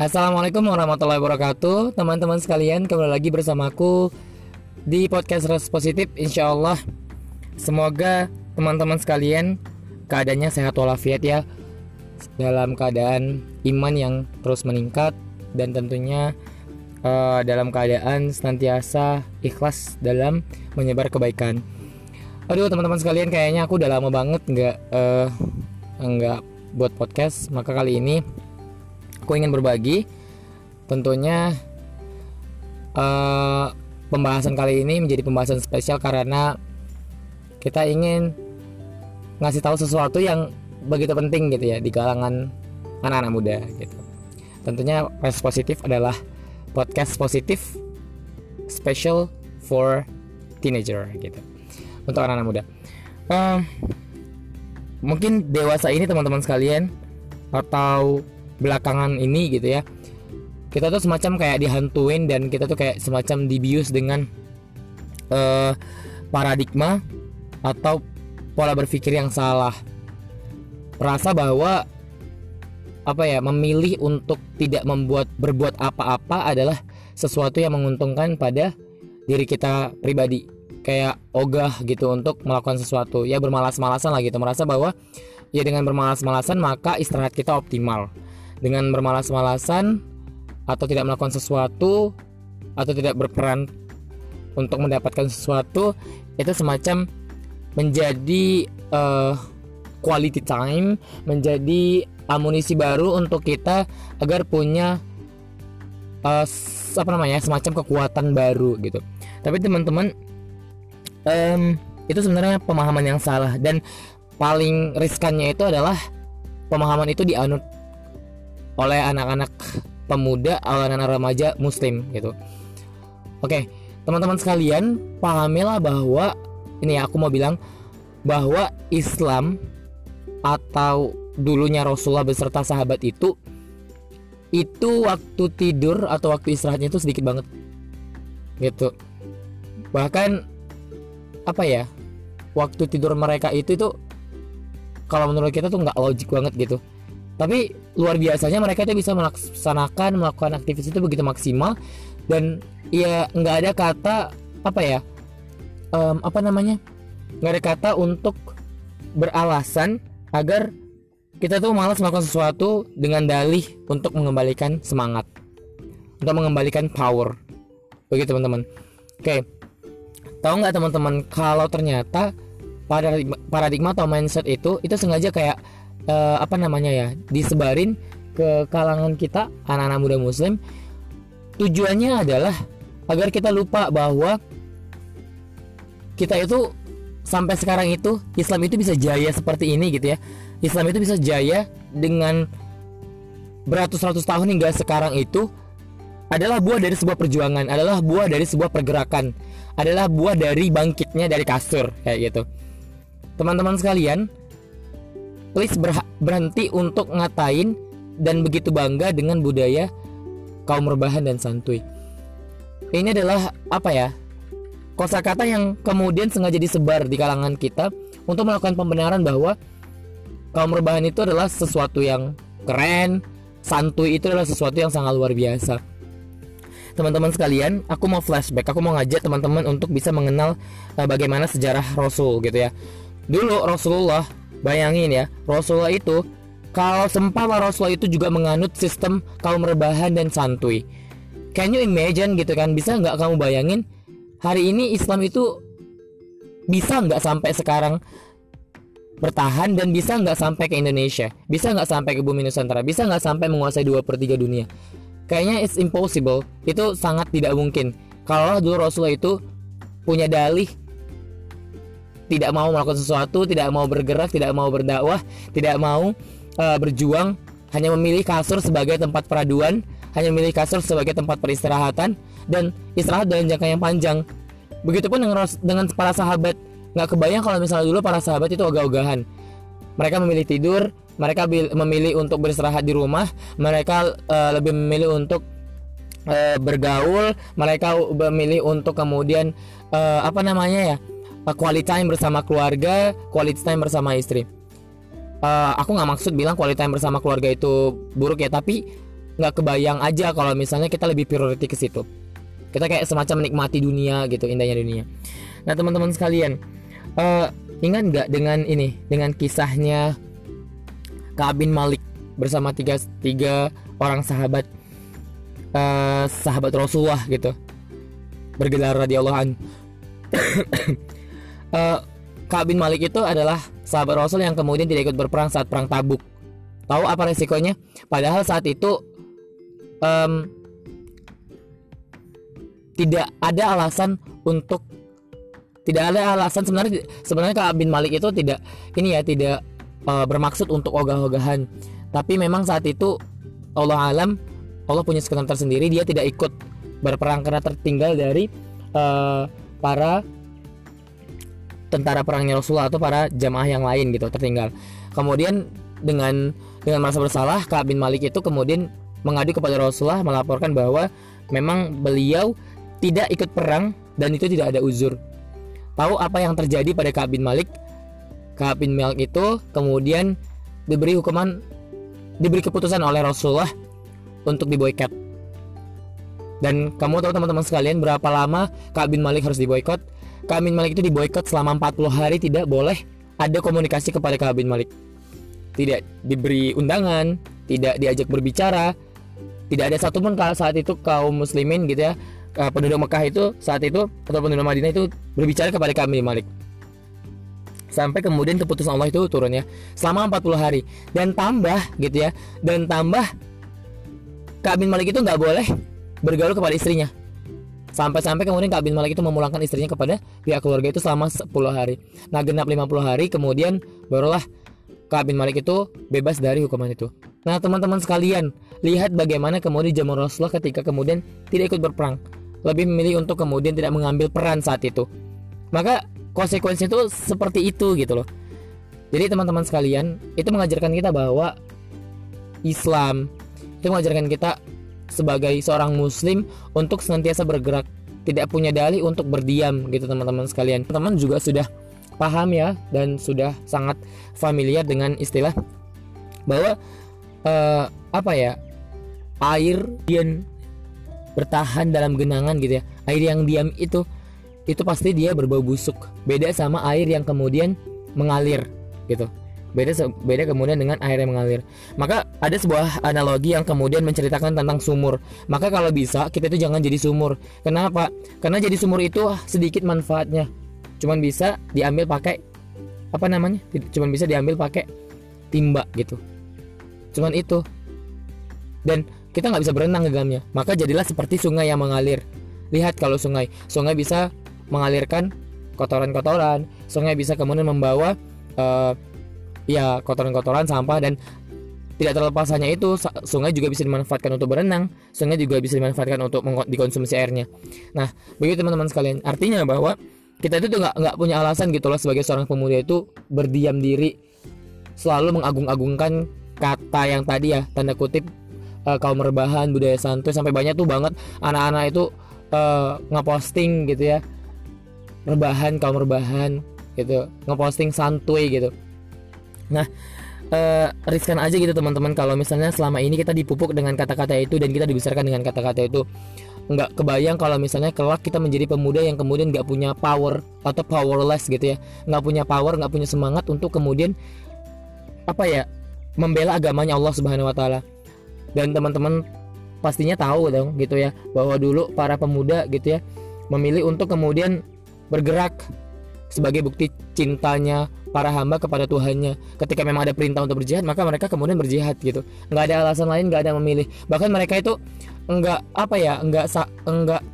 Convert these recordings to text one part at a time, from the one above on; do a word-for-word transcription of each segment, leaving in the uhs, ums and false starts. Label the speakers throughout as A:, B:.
A: Assalamualaikum warahmatullahi wabarakatuh. Teman-teman sekalian, kembali lagi bersamaku di podcast Res Positif. Insya Allah semoga teman-teman sekalian keadaannya sehat walafiat ya, dalam keadaan iman yang terus meningkat, dan tentunya uh, dalam keadaan senantiasa ikhlas dalam menyebar kebaikan. Aduh teman-teman sekalian, kayaknya aku udah lama banget nggak uh, nggak buat podcast. Maka kali ini aku ingin berbagi. Tentunya uh, pembahasan kali ini menjadi pembahasan spesial karena kita ingin ngasih tahu sesuatu yang begitu penting gitu ya di kalangan anak-anak muda gitu. Tentunya Res Positif adalah podcast positif special for teenager gitu, untuk anak-anak muda. Uh, mungkin dewasa ini teman-teman sekalian, atau belakangan ini gitu ya, kita tuh semacam kayak dihantuin dan kita tuh kayak semacam dibius dengan uh, paradigma atau pola berpikir yang salah. Merasa bahwa apa ya, memilih untuk tidak membuat berbuat apa-apa adalah sesuatu yang menguntungkan pada diri kita pribadi. Kayak ogah gitu untuk melakukan sesuatu, ya bermalas-malasan lah gitu. Merasa bahwa ya dengan bermalas-malasan maka istirahat kita optimal. Dengan bermalas-malasan atau tidak melakukan sesuatu atau tidak berperan untuk mendapatkan sesuatu, itu semacam menjadi uh, quality time, menjadi amunisi baru untuk kita agar punya uh, apa namanya, semacam kekuatan baru gitu. Tapi teman-teman, um, itu sebenarnya pemahaman yang salah, dan paling riskannya itu adalah pemahaman itu dianut oleh anak-anak pemuda, oleh anak-anak remaja muslim gitu. Oke, teman-teman sekalian, pahamilah bahwa ini ya, aku mau bilang bahwa Islam atau dulunya Rasulullah beserta sahabat itu itu waktu tidur atau waktu istirahatnya itu sedikit banget gitu. Bahkan apa ya, waktu tidur mereka itu itu kalau menurut kita tuh nggak logik banget gitu. Tapi luar biasanya mereka itu bisa melaksanakan melakukan aktivitas itu begitu maksimal, dan ya nggak ada kata apa ya, um, apa namanya, nggak ada kata untuk beralasan agar kita tuh malas melakukan sesuatu dengan dalih untuk mengembalikan semangat, untuk mengembalikan power, begitu teman-teman. Oke, tahu nggak teman-teman kalau ternyata paradigma, paradigma atau mindset itu itu sengaja kayak uh, apa namanya ya, disebarin ke kalangan kita anak-anak muda muslim. Tujuannya adalah agar kita lupa bahwa kita itu sampai sekarang itu Islam itu bisa jaya seperti ini gitu ya. Islam itu bisa jaya dengan beratus-ratus tahun hingga sekarang itu adalah buah dari sebuah perjuangan, adalah buah dari sebuah pergerakan, adalah buah dari bangkitnya dari kasur kayak gitu. Teman-teman sekalian, please berha- berhenti untuk ngatain dan begitu bangga dengan budaya kaum rebahan dan santuy. Ini adalah apa ya, kosakata yang kemudian sengaja disebar di kalangan kita untuk melakukan pembenaran bahwa kaum rebahan itu adalah sesuatu yang keren, santuy itu adalah sesuatu yang sangat luar biasa. Teman-teman sekalian, aku mau flashback, aku mau ngajak teman-teman untuk bisa mengenal uh, bagaimana sejarah Rasul gitu ya. Dulu Rasulullah, bayangin ya, Rasulullah itu kalau sempama Rasulullah itu juga menganut sistem kaum rebahan dan santuy. Can you imagine gitu kan? Bisa nggak kamu bayangin hari ini Islam itu bisa nggak sampai sekarang bertahan, dan bisa nggak sampai ke Indonesia, bisa nggak sampai ke bumi Nusantara, bisa nggak sampai menguasai dua per tiga dunia? Kayaknya it's impossible. Itu sangat tidak mungkin. Kalau dulu Rasulullah itu punya dalih tidak mau melakukan sesuatu, tidak mau bergerak, tidak mau berdakwah, tidak mau uh, berjuang, hanya memilih kasur sebagai tempat peraduan, hanya memilih kasur sebagai tempat peristirahatan dan istirahat dalam jangka yang panjang. Begitupun dengan dengan para sahabat. Nggak kebayang kalau misalnya dulu para sahabat itu ogah-ogahan. Mereka memilih tidur, mereka bil- memilih untuk beristirahat di rumah, mereka uh, lebih memilih untuk uh, bergaul, mereka memilih untuk kemudian uh, apa namanya ya, uh, quality time bersama keluarga, quality time bersama istri. Uh, aku nggak maksud bilang quality time bersama keluarga itu buruk ya, tapi nggak kebayang aja kalau misalnya kita lebih priority ke situ. Kita kayak semacam menikmati dunia gitu, indahnya dunia. Nah teman-teman sekalian, uh, ingat nggak dengan ini, dengan kisahnya Ka'ab bin Malik bersama tiga tiga orang sahabat, uh, sahabat Rasulullah gitu, bergelar radhiyallahu anhu. uh, Ka'ab bin Malik itu adalah sahabat Rasul yang kemudian tidak ikut berperang saat perang Tabuk. Tahu apa resikonya? Padahal saat itu um, tidak ada alasan untuk tidak ada alasan sebenarnya sebenarnya Ka'ab bin Malik itu tidak ini ya tidak uh, bermaksud untuk ogah-ogahan, tapi memang saat itu Allah alam Allah punya skenario tersendiri, dia tidak ikut berperang karena tertinggal dari uh, para tentara perangnya Rasulullah atau para jamaah yang lain gitu, tertinggal. Kemudian dengan dengan merasa bersalah, Ka'ab bin Malik itu kemudian mengadu kepada Rasulullah, melaporkan bahwa memang beliau tidak ikut perang dan itu tidak ada uzur. Tahu apa yang terjadi pada Ka'ab bin Malik? Ka'ab bin Malik itu kemudian diberi hukuman, diberi keputusan oleh Rasulullah untuk diboikot. Dan kamu tahu teman-teman sekalian berapa lama Ka'ab bin Malik harus diboikot? Ka'ab bin Malik itu diboikot selama empat puluh hari, tidak boleh ada komunikasi kepada Ka'ab bin Malik. Tidak diberi undangan, tidak diajak berbicara, tidak ada satupun saat itu kaum muslimin gitu ya, penduduk Mekah itu saat itu atau penduduk Madinah itu berbicara kepada Ka'ab bin Malik. Sampai kemudian keputusan Allah itu turun ya, selama empat puluh hari. Dan tambah gitu ya, dan tambah Ka'ab bin Malik itu nggak boleh bergaul kepada istrinya. Sampai-sampai kemudian Ka'ab bin Malik itu memulangkan istrinya kepada pihak keluarga itu selama sepuluh hari. Nah genap lima puluh hari kemudian barulah Ka'ab bin Malik itu bebas dari hukuman itu. Nah teman-teman sekalian, lihat bagaimana kemudian zaman Rasulullah ketika kemudian tidak ikut berperang, lebih memilih untuk kemudian tidak mengambil peran saat itu. Maka konsekuensinya itu seperti itu gitu loh. Jadi teman-teman sekalian, itu mengajarkan kita bahwa Islam itu mengajarkan kita sebagai seorang muslim untuk senantiasa bergerak, tidak punya dalih untuk berdiam gitu teman-teman sekalian. Teman-teman juga sudah paham ya dan sudah sangat familiar dengan istilah bahwa uh, apa ya, air yang bertahan dalam genangan gitu ya, air yang diam itu itu pasti dia berbau busuk, beda sama air yang kemudian mengalir gitu, beda beda kemudian dengan air yang mengalir. Maka ada sebuah analogi yang kemudian menceritakan tentang sumur. Maka kalau bisa kita itu jangan jadi sumur. Kenapa? Karena jadi sumur itu sedikit manfaatnya, cuman bisa diambil pakai apa namanya? Cuman bisa diambil pakai timba gitu. Cuman itu. Dan kita nggak bisa berenang di dalamnya. Maka jadilah seperti sungai yang mengalir. Lihat kalau sungai, sungai bisa mengalirkan kotoran-kotoran. Sungai bisa kemudian membawa uh, ya kotoran-kotoran, sampah, dan tidak terlepas hanya itu, sungai juga bisa dimanfaatkan untuk berenang. Sungai juga bisa dimanfaatkan untuk dikonsumsi airnya. Nah, begitu teman-teman sekalian. Artinya bahwa kita itu nggak nggak punya alasan gitu loh sebagai seorang pemuda itu berdiam diri, selalu mengagung-agungkan kata yang tadi ya, tanda kutip uh, kaum rebahan, budaya santuy, sampai banyak tuh banget anak-anak itu uh, ngeposting gitu ya, rebahan, kaum rebahan gitu, ngeposting santuy gitu. Nah uh, riskan aja gitu teman-teman kalau misalnya selama ini kita dipupuk dengan kata-kata itu dan kita dibesarkan dengan kata-kata itu. Nggak kebayang kalau misalnya kelak kita menjadi pemuda yang kemudian nggak punya power atau powerless gitu ya, nggak punya power, nggak punya semangat untuk kemudian apa ya, membela agamanya Allah Subhanahu Wa Taala. Dan teman-teman pastinya tahu dong gitu ya, bahwa dulu para pemuda gitu ya memilih untuk kemudian bergerak sebagai bukti cintanya para hamba kepada Tuhannya. Ketika memang ada perintah untuk berjihad, maka mereka kemudian berjihad gitu. Nggak ada alasan lain, nggak ada yang memilih. Bahkan mereka itu enggak apa ya, enggak enggak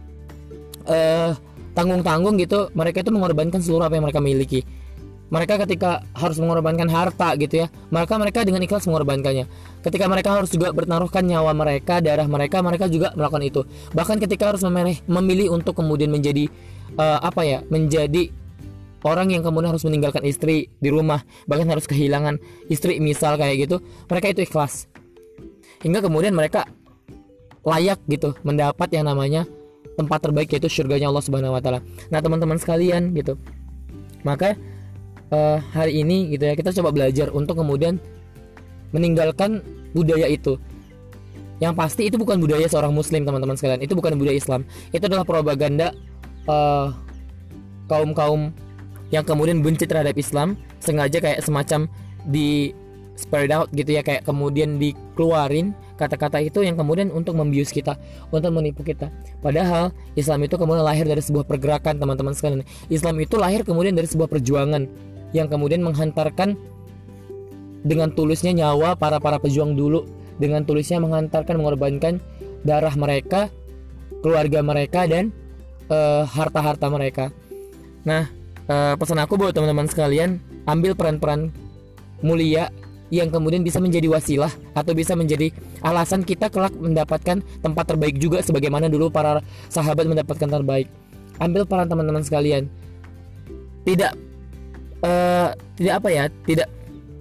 A: eh, tanggung-tanggung gitu. Mereka itu mengorbankan seluruh apa yang mereka miliki. Mereka ketika harus mengorbankan harta gitu ya, maka mereka dengan ikhlas mengorbankannya. Ketika mereka harus juga bertaruhkan nyawa mereka, darah mereka, mereka juga melakukan itu. Bahkan ketika harus memilih, memilih untuk kemudian menjadi uh, apa ya, menjadi orang yang kemudian harus meninggalkan istri di rumah, bahkan harus kehilangan istri misal kayak gitu, mereka itu ikhlas. Hingga kemudian mereka layak gitu mendapat yang namanya tempat terbaik, yaitu surganya Allah Subhanahu Wa Taala. Nah teman-teman sekalian gitu, maka uh, hari ini gitu ya kita coba belajar untuk kemudian meninggalkan budaya itu. Yang pasti itu bukan budaya seorang muslim, teman-teman sekalian. Itu bukan budaya Islam. Itu adalah propaganda uh, kaum-kaum yang kemudian benci terhadap Islam, sengaja kayak semacam di spread out gitu ya, kayak kemudian dikeluarin kata-kata itu yang kemudian untuk membius kita, untuk menipu kita. Padahal Islam itu kemudian lahir dari sebuah pergerakan, teman-teman sekalian. Islam itu lahir kemudian dari sebuah perjuangan yang kemudian menghantarkan dengan tulusnya nyawa para para pejuang dulu, dengan tulisnya menghantarkan, mengorbankan darah mereka, keluarga mereka, dan uh, harta-harta mereka. Nah, uh, pesan aku buat teman-teman sekalian, ambil peran-peran mulia yang kemudian bisa menjadi wasilah atau bisa menjadi alasan kita kelak mendapatkan tempat terbaik juga, sebagaimana dulu para sahabat mendapatkan terbaik. Ambil peran teman-teman sekalian. Tidak uh, tidak apa ya, tidak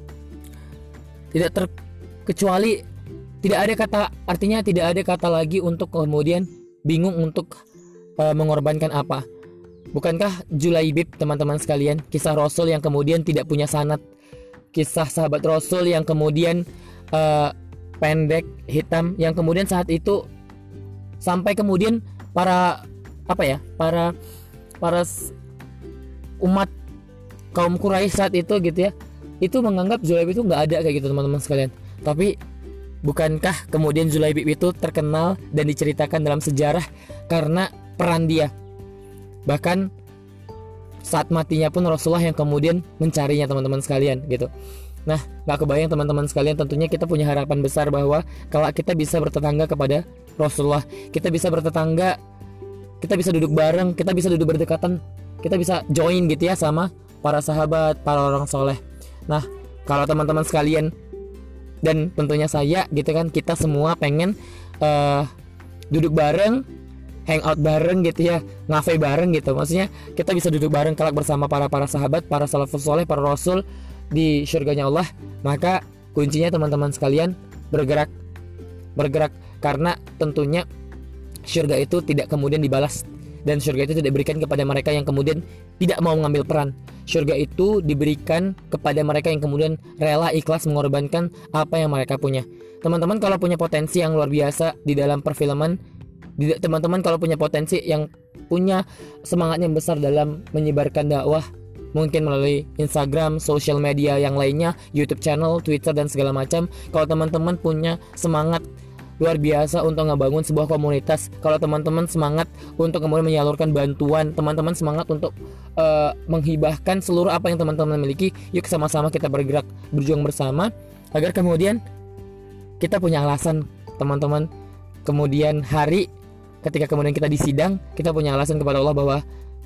A: tidak terkecuali, tidak ada kata, artinya tidak ada kata lagi untuk kemudian bingung untuk uh, mengorbankan apa. Bukankah Julaibib, teman-teman sekalian, kisah Rasul yang kemudian tidak punya sanad, kisah sahabat Rasul yang kemudian uh, pendek, hitam, yang kemudian saat itu sampai kemudian para apa ya, para para umat kaum Quraisy saat itu gitu ya, itu menganggap Julaibib itu nggak ada kayak gitu, teman-teman sekalian. Tapi bukankah kemudian Julaibib itu terkenal dan diceritakan dalam sejarah karena peran dia? Bahkan saat matinya pun Rasulullah yang kemudian mencarinya, teman-teman sekalian gitu. Nah, gak kebayang teman-teman sekalian, tentunya kita punya harapan besar bahwa kalau kita bisa bertetangga kepada Rasulullah, kita bisa bertetangga, kita bisa duduk bareng, kita bisa duduk berdekatan, kita bisa join gitu ya sama para sahabat, para orang soleh. Nah, kalau teman-teman sekalian dan tentunya saya gitu kan, kita semua pengen uh, duduk bareng, hangout bareng gitu ya, ngafe bareng gitu. Maksudnya kita bisa duduk bareng kelak bersama para para sahabat, para salafus soleh, para rasul di syurganya Allah. Maka kuncinya teman-teman sekalian bergerak, bergerak karena tentunya syurga itu tidak kemudian dibalas, dan syurga itu tidak diberikan kepada mereka yang kemudian tidak mau mengambil peran. Syurga itu diberikan kepada mereka yang kemudian rela ikhlas mengorbankan apa yang mereka punya. Teman-teman kalau punya potensi yang luar biasa di dalam perfilman, teman-teman kalau punya potensi yang punya semangat yang besar dalam menyebarkan dakwah, mungkin melalui Instagram, sosial media yang lainnya, YouTube channel, Twitter dan segala macam. Kalau teman-teman punya semangat luar biasa untuk ngebangun sebuah komunitas, kalau teman-teman semangat untuk kemudian menyalurkan bantuan, teman-teman semangat untuk uh, menghibahkan seluruh apa yang teman-teman miliki, yuk sama-sama kita bergerak, berjuang bersama agar kemudian kita punya alasan, teman-teman, kemudian hari ketika kemudian kita disidang, kita punya alasan kepada Allah bahwa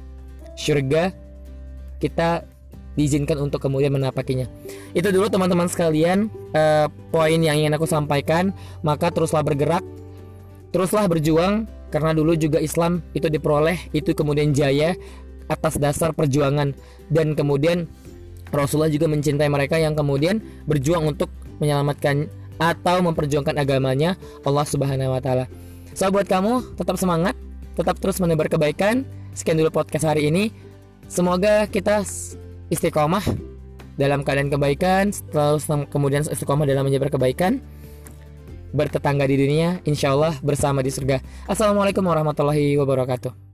A: syurga kita diizinkan untuk kemudian menapakinya. Itu dulu teman-teman sekalian uh, poin yang ingin aku sampaikan. Maka teruslah bergerak, teruslah berjuang, karena dulu juga Islam itu diperoleh, itu kemudian jaya atas dasar perjuangan. Dan kemudian Rasulullah juga mencintai mereka yang kemudian berjuang untuk menyelamatkan atau memperjuangkan agamanya Allah Subhanahu wa taala. So buat kamu tetap semangat, tetap terus menebar kebaikan. Sekian dulu podcast hari ini. Semoga kita istiqomah dalam keadaan kebaikan, terus kemudian istiqomah dalam menyebar kebaikan, bertetangga di dunia, insya Allah bersama di surga. Assalamualaikum warahmatullahi wabarakatuh.